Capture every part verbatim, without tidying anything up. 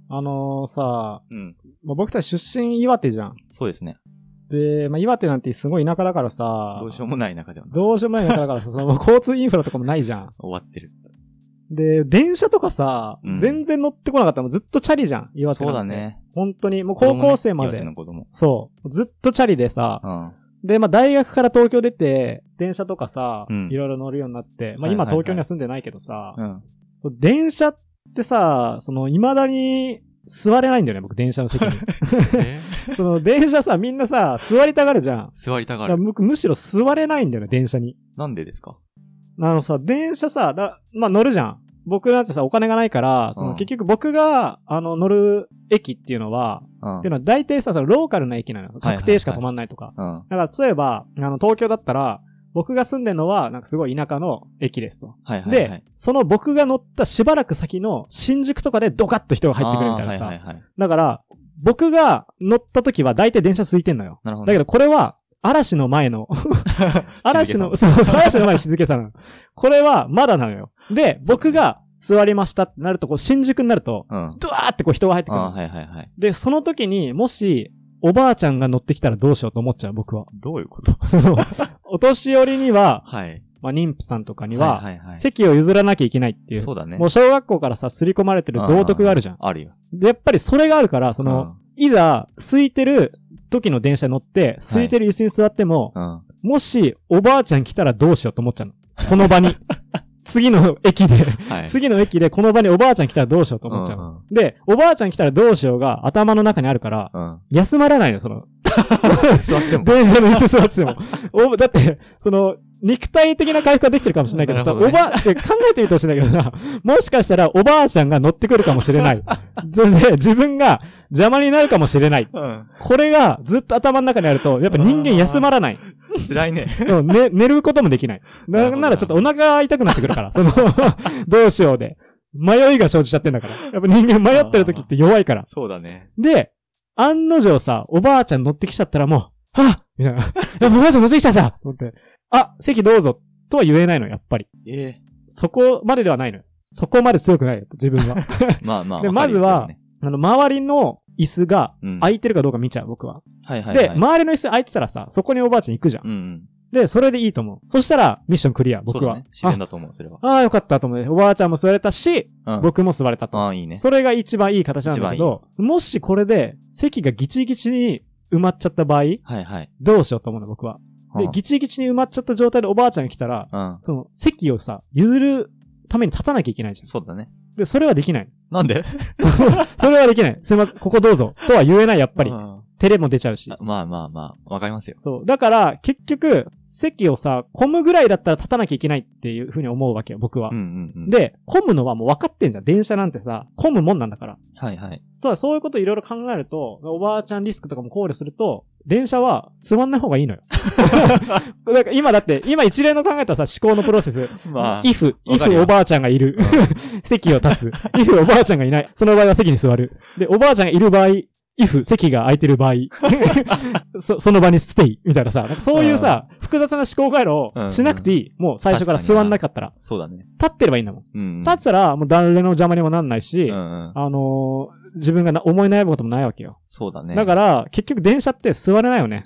あのー、さ、 うん。 まあ、僕たち出身岩手じゃん。 そうですね。 で、まあ、岩手なんてすごい田舎だからさ、 どうしようもない中ではな。 どうしようもない田舎だからさ、その交通インフラとかもないじゃん。 終わってる。 で、電車とかさ、 うん全然乗ってこなかったらもうずっとチャリじゃん、岩手なんて。 そうだね。 本当に、もう高校生ま子供ねで。 岩手の子供。 そう。ずっとチャリでさ、 うん。 で、まあ大学から東京出て、電車とかさ、 うんいろいろ乗るようになって、まあはいはいはい今東京には住んでないけどさ、 うん。 電車ってさ、その未だに座れないんだよね、僕電車の席に。 えその電車さ、みんなさ、座りたがるじゃん。 座りたがる。 だから僕むしろ座れないんだよね、電車に。 なんでですか？ あのさ、電車さ、だまあ乗るじゃん。僕なんてさ、お金がないから、そのうん結局僕が、あの、乗る駅っていうのは、 うん。 っていうのは大体さ、そのローカルな駅なのよ。 はいはい確定しか止まんないとか。 うん。 だから、例えば、あの、東京だったら、僕が住んでるのは、なんかすごい田舎の駅ですと。 はいはいはい。 で、その僕が乗ったしばらく先の新宿とかでドカッと人が入ってくるみたいなさ。 あーはいはいはい。 だから、僕が乗った時は大体電車空いてんのよ。 なるほど。 だけどこれは、嵐の前の、嵐の、 静そう、そう嵐の前の静けさなの。これはまだなのよ。で、僕が座りましたってなると、こう、新宿になると、 うん。 ドワーってこう人が入ってくるの。 あーはいはいはい。 で、その時に、もし、おばあちゃんが乗ってきたらどうしようと思っちゃう、僕は。 どういうこと？ その、お年寄りには、 はい。 まあ、妊婦さんとかには、 はいはいはい。 席を譲らなきゃいけないっていう。 そうだね。 もう小学校からさ、刷り込まれてる道徳があるじゃん。 あるよ。 で、やっぱりそれがあるから、その、いざ、空いてる時の電車に乗って、空いてる椅子に座っても、 うん。うん。 もし、おばあちゃん来たらどうしようと思っちゃうの。この場に。次の駅で、 はい。 次の駅でこの場におばあちゃん来たらどうしようと思っちゃうの。 うんうんで、おばあちゃん来たらどうしようが頭の中にあるから、 うん。 休まらないの、その。 座っても。 電車の椅子座ってても。お、だって、その、肉体的な回復ができてるかもしれないけどさ、 なるほどねおば、考えてみてほしいんだけどさ、もしかしたらおばあちゃんが乗ってくるかもしれない。それで、自分が邪魔になるかもしれない。 うん。 これがずっと頭の中にあると、やっぱ人間休まらない。 辛いね。 うんね、寝ることもできない。ななんならちょっとお腹痛くなってくるから、その、どうしようで。迷いが生じちゃってんだから。やっぱ人間迷ってる時って弱いから。 そうだね。 で、案の定さ、おばあちゃん乗ってきちゃったらもう、はっみたいな。いや、おばあちゃん乗ってきちゃったと思って。あ、席どうぞとは言えないの、やっぱり。 ええ。 そこまでではないのよ。そこまで強くないよ、自分は。 まあまあ。 で、 わかまずはるよね、 あの、周りの椅子がうん。 空いてるかどうか見ちゃう、僕は。 はいはいはい。 で、周りの椅子空いてたらさ、そこにおばあちゃん行くじゃん。 うんうん。 で、それでいいと思う。そしたら、ミッションクリア、僕は。 そうだね。自然だと思う、それは。 ああー、よかったと思う。おばあちゃんも座れたし、 うん。 僕も座れたと。 ああ、いいね。 それが一番いい形なんだけど、もしこれで席がギチギチに埋まっちゃった場合、 はいはい。 どうしようと思うの、僕は。で、 うんギチギチに埋まっちゃった状態でおばあちゃんが来たら、 うん。 その、席をさ、譲るために立たなきゃいけないじゃん。 そうだね。 で、それはできない。 なんで？ それはできない。すいません、ここどうぞ。とは言えない、やっぱりう。ん照れも出ちゃうしあ。まあまあまあ、わかりますよ。 そう。だから、結局、席をさ、混むぐらいだったら立たなきゃいけないっていうふうに思うわけよ、僕はうん。うんうん。 で、混むのはもう分かってんじゃん。電車なんてさ、混むもんなんだから。 はいはい。 そう、そういうこといろいろ考えると、おばあちゃんリスクとかも考慮すると、電車は座んない方がいいのよ。だから今だって、今一連の考えたさ、思考のプロセス。 まあ。 if、 わかる if よおばあちゃんがいる。席を立つ。if おばあちゃんがいない。その場合は席に座る。で、おばあちゃんがいる場合、if 席が空いてる場合、そ、その場にステイ。みたいなさ、なんかそういうさ、複雑な思考回路をしなくていい。もう最初から座んなかったら。 そうだね。 立ってればいいんだもん。 うんうん。 立ってたら、もう誰の邪魔にもなんないし、 うんうん。 あのー自分がな思い悩むこともないわけよ。 そうだね。 だから、結局電車って座れないよね。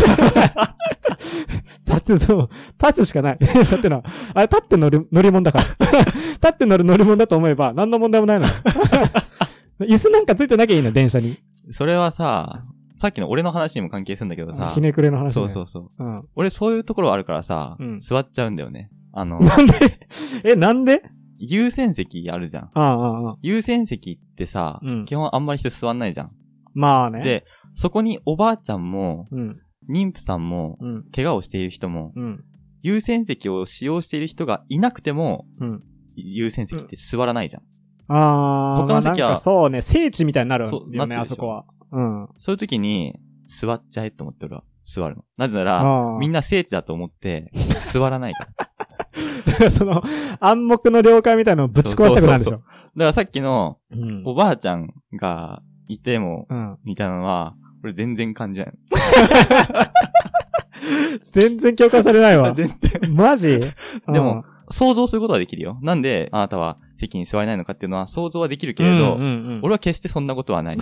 立つ、そう、立つしかない。電車ってのは。あれ、立って乗る、乗り物だから。立って乗る乗り物だと思えば、何の問題もないのよ。椅子なんかついてなきゃいいの、電車に。 それはさ、さっきの俺の話にも関係するんだけどさ。 ひねくれの話、ね。 そうそうそう。 うん。 俺そういうところあるからさ、 うん座っちゃうんだよね。あの、 なんでえ、なんで優先席あるじゃん。 ああ、ああ、 優先席ってさ、 うん基本あんまり人座んないじゃん。 まあね。、 で、そこにおばあちゃんも、 うん、 妊婦さんも、 うん、 怪我をしている人も、 うん、 優先席を使用している人がいなくても、 うん。 優先席って座らないじゃん。 ああ、 他の席はまあなんかそうね、聖地みたいになるそうよね、 なってるでしょあそこは。うん。 そういう時に、座っちゃえと思って俺は座るの。なぜなら、 あーみんな聖地だと思って、座らないから。 だからその、暗黙の了解みたいなのをぶち壊したくなるでしょ。 だからさっきの、 うん。 おばあちゃんがいても、 うん。 みたいなのは、俺全然感じない全然共感されないの。 わ。 全然。 マジでも、 想像することはできるよ。なんで、あなたは席に座れないのかっていうのは想像はできるけれど、 うんうんうん、 俺は決してそんなことはない。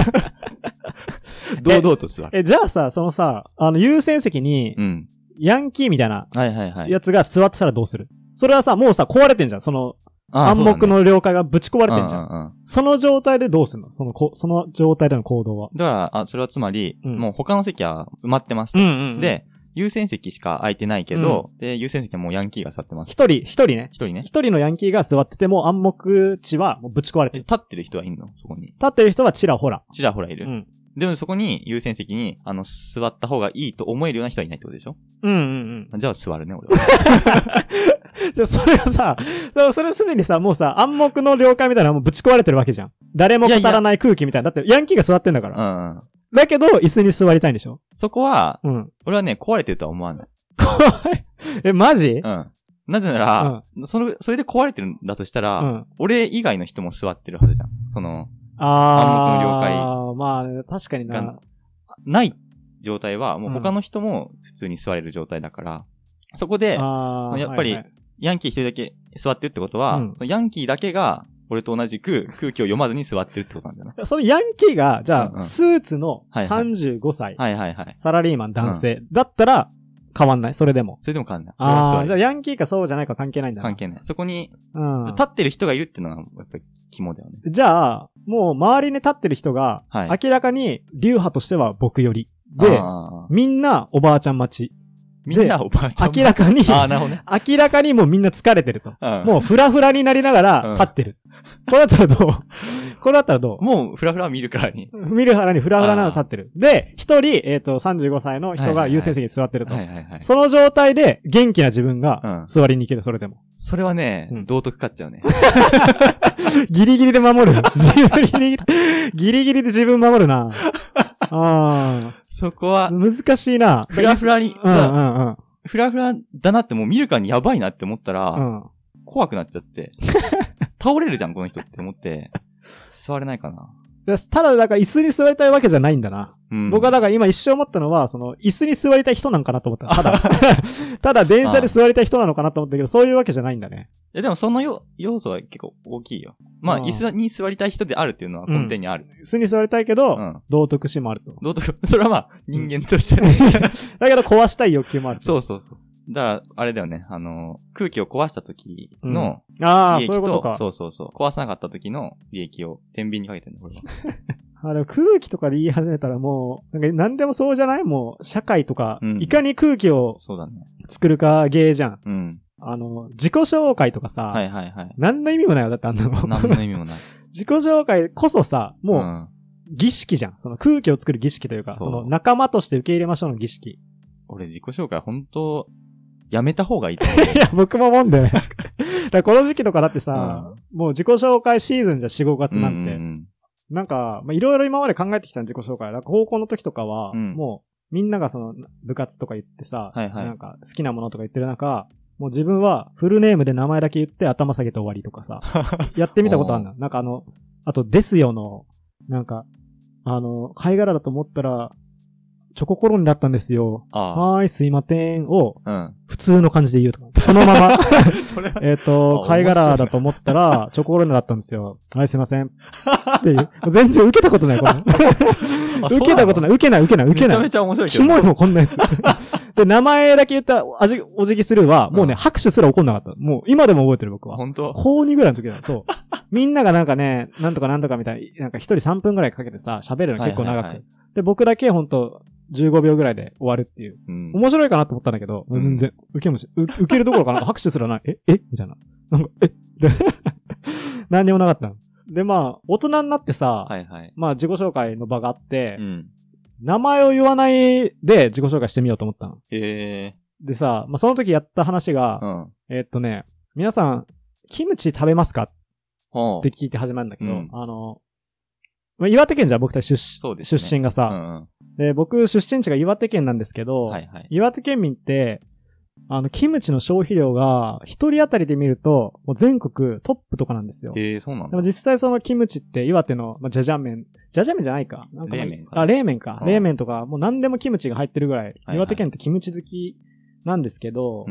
堂々と座る。 え、じゃあさ、そのさ、あの、優先席に、 うん。 ヤンキーみたいな、 はいはいはい。 やつが座ってたらどうする？それはさ、もうさ、壊れてんじゃん。その、暗黙の了解がぶち壊れてんじゃん。 うんうんうん、 その状態でどうすんの？そのこ、その状態での行動は。 だから、あ、それはつまり、 うん、 もう他の席は埋まってますと、 うんうんうん。 で、優先席しか空いてないけど、うん、で、優先席はもうヤンキーが座ってます。 一人、一人ね。 一人ね。 一人のヤンキーが座ってても暗黙地はもうぶち壊れてる。 立ってる人はいんの？そこに。 立ってる人はちらほら。 ちらほらいる。 うん。 でもそこに優先席に、あの、座った方がいいと思えるような人はいないってことでしょ？ うんうんうん。 じゃあ座るね、俺は。 じゃあそれはさ、そそれすでにさ、もうさ、暗黙の了解みたいなのもうぶち壊れてるわけじゃん。誰も語らない空気みたいな。だってヤンキーが座ってんだから。 うんうん。 だけど、椅子に座りたいんでしょ？ そこは、 うん。 俺はね、壊れてるとは思わない。 壊れ、え、マジ？ うん。なぜなら、うん、その、それで壊れてるんだとしたら、うん、俺以外の人も座ってるはずじゃん。その、 あ暗黙の了解。 ああ、まあ、確かにな。 ない状態は、もう他の人も普通に座れる状態だから、うん、そこで、やっぱり、はいはい、ヤンキー一人だけ座ってるってことは、うん、ヤンキーだけが、俺と同じく空気を読まずに座ってるってことなんだよな。 そのヤンキーが、じゃあ、うんうん、スーツのさんじゅうごさい、 はいはいはい、 サラリーマン男性、うん、だったら、変わんない？それでも。 それでも変わんない。 ああ、じゃあヤンキーかそうじゃないか関係ないんだな。 関係ない。そこに、うん、立ってる人がいるっていうのが、やっぱり肝だよね。 じゃあ、もう周りに立ってる人が、はい、明らかに流派としては僕より。で、みんなおばあちゃん待ち。 みんなおばあちゃん待ち。 明らかに、 ああ、なるほどね。 明らかにもうみんな疲れてると。うん、もうフラフラになりながら立ってる。うんこれだったらどうこれだったらどうもう、フラフラ見るからに。 見るからにフラフラなの立ってる。で、一人、えっと、さんじゅうごさいの人が優先席に座ってると。はいはいはい。その状態で、元気な自分が、座りに行ける、それでも。 それはね、うん、道徳かっちゃうね。 ギリギリで守る。自分ギリギリ、ギリギリで自分守るな。ああ。 そこは、 難しいな。 フラフラに、 うんうんうん。 フラフラだなってもう見るからにやばいなって思ったら、うん、怖くなっちゃって。倒れるじゃん、この人って思って、座れないかな。 ただ、だから椅子に座りたいわけじゃないんだな。うん、僕はだから今一生思ったのは、その、椅子に座りたい人なんかなと思った。ただ、ただ電車で座りたい人なのかなと思ったけど、そういうわけじゃないんだね。 いや、でもそのよ要素は結構大きいよ。まあ、椅子に座りたい人であるっていうのは根底にある。 うん、椅子に座りたいけど、うん、道徳心もあると。 道徳、それはまあ、人間として、ね。 だけど壊したい欲求もあると。 そうそうそう。だから、あれだよね。あの、空気を壊した時の利益と、 うん、ああ、そういうことか。 そうそうそう。壊さなかった時の利益を天秤にかけてるの、これは。 あれ、空気とかで言い始めたらもう、なんか何でもそうじゃない？もう、社会とか、うん、いかに空気を作るか芸じゃん。うん。あの、自己紹介とかさ、 はいはいはい。 何の意味もないよ。だってあんなの。 何の意味もない。 自己紹介こそさ、もう、うん、儀式じゃん。その空気を作る儀式というか、そ, その仲間として受け入れましょうの儀式。 俺、自己紹介本当やめた方がいいと思う。 いや、僕も思うんだよね。だからこの時期とかだってさ、うん、もう自己紹介シーズンじゃよん、ごがつなんて。うんうん、なんか、まあ、いろいろ今まで考えてきた自己紹介。なんか高校の時とかは、うん、もうみんながその部活とか言ってさ、はいはい、なんか好きなものとか言ってる中、もう自分はフルネームで名前だけ言って頭下げて終わりとかさ、やってみたことあるんだ。なんかあの、あとですよの、なんか、あの、貝殻だと思ったら、チョココロンだったんですよ。はーい、すいませんを、うん、普通の感じで言うとか。そのまま。えっと、貝殻だと思ったら、チョココロンだったんですよ。はい、すいません。っていう。全然受けたことない、これ。受けたことない、受けない、受けない、受けない。 めちゃめちゃ面白いけど。 キモいもん、こんなやつ。で、名前だけ言ったおじ、お辞儀するは、もうね、うん、拍手すら起こんなかった。もう、今でも覚えてる僕は。 本当？ 高にぐらいの時だ。そう。みんながなんかね、なんとかなんとかみたいな、なんか一人さんぷんぐらいかけてさ、喋るの結構長く。はいはいはい、で、僕だけほんと、じゅうごびょうぐらいで終わるっていう。うん、面白いかなと思ったんだけど、うん、全然、受けもし、受けるどころかなんか拍手すらない。ええみたいな。なんか、えで何にもなかったの。で、まあ、大人になってさ、はいはい、まあ、自己紹介の場があって、うん、名前を言わないで自己紹介してみようと思ったの。へー。でさ、まあ、その時やった話が、うん、えー、っとね、皆さん、キムチ食べますかって聞いて始まるんだけど、うん、あの、まあ、岩手県じゃ僕たち出、ね、出身がさ、うんうん、で、僕出身地が岩手県なんですけど、はいはい、岩手県民って、あの、キムチの消費量が一人当たりで見ると、もう全国トップとかなんですよ。 へえー、そうなんだ。 でも実際そのキムチって岩手の、まあ、ジャジャ麺、ジャジャ麺じゃないか。なんか冷麺か。 あ、冷麺か。冷麺とか、もう何でもキムチが入ってるぐらい、はいはい、岩手県ってキムチ好きなんですけど、うん、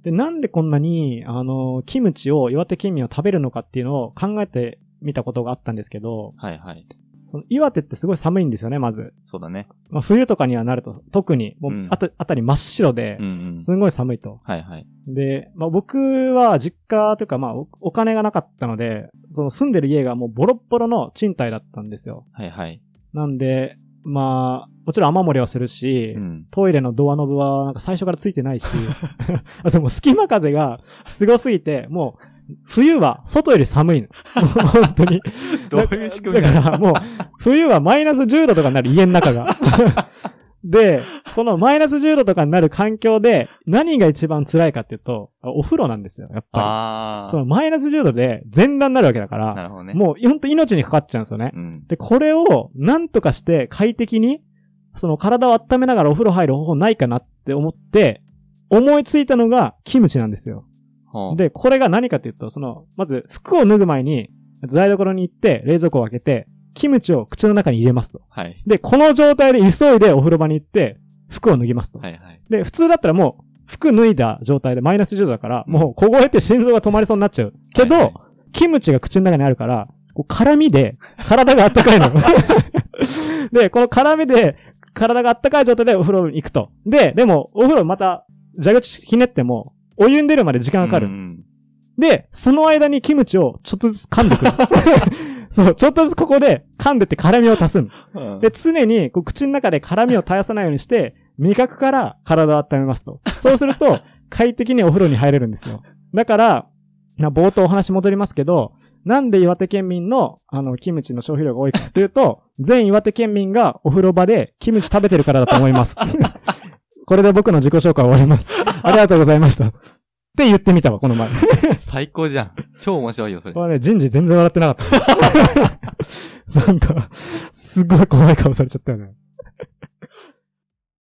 で、なんでこんなに、あの、キムチを岩手県民は食べるのかっていうのを考えてみたことがあったんですけど、 はいはい。 その岩手ってすごい寒いんですよね、まず。 そうだね。 まあ、冬とかにはなると、特に、もうあた、うん、あたり真っ白で、すごい寒いと。 はいはい。 で、まあ僕は実家というか、まあお、お金がなかったので、その住んでる家がもうボロッボロの賃貸だったんですよ。 はいはい。 なんで、まあ、もちろん雨漏りはするし、うん、トイレのドアノブはなんか最初からついてないし、でも隙間風がすごすぎて、もう、冬は外より寒いの。本当に。 どういう仕組みだからもう、冬はマイナスじゅうどとかになる家の中が。で、このマイナスじゅうどとかになる環境で何が一番辛いかっていうと、お風呂なんですよ、やっぱり。あそのマイナスじゅうどで全裸になるわけだから、 なるほどね、 もう本当命にかかっちゃうんですよね。うん、で、これをなんとかして快適に、その体を温めながらお風呂入る方法ないかなって思って、思いついたのがキムチなんですよ。で、これが何かというと、その、まず服を脱ぐ前に、台所に行って冷蔵庫を開けて、キムチを口の中に入れますと。はい。で、この状態で急いでお風呂場に行って、服を脱ぎますと。はいはい。で、普通だったらもう、服脱いだ状態でマイナスじゅうどだから、もう凍えて心臓が止まりそうになっちゃう。けど、はいはい、キムチが口の中にあるから、こう辛みで体が温かいの。で、この辛みで体が温かい状態でお風呂に行くと。で、でも、お風呂また、蛇口ひねっても、お湯に出るまで時間がかかる。うん、で、その間にキムチをちょっとずつ噛んでくる。そう、ちょっとずつここで噛んでって辛みを足すん。うん、で、常にこう口の中で辛みを絶やさないようにして、味覚から体を温めますと。そうすると、快適にお風呂に入れるんですよ。だから、冒頭お話戻りますけど、なんで岩手県民の、あの、キムチの消費量が多いかっていうと、全岩手県民がお風呂場でキムチ食べてるからだと思います。これで僕の自己紹介終わります。ありがとうございました。って言ってみたわ、この前。 最高じゃん。超面白いよ、それ。 これね、人事全然笑ってなかった。なんか、すごい怖い顔されちゃったよね。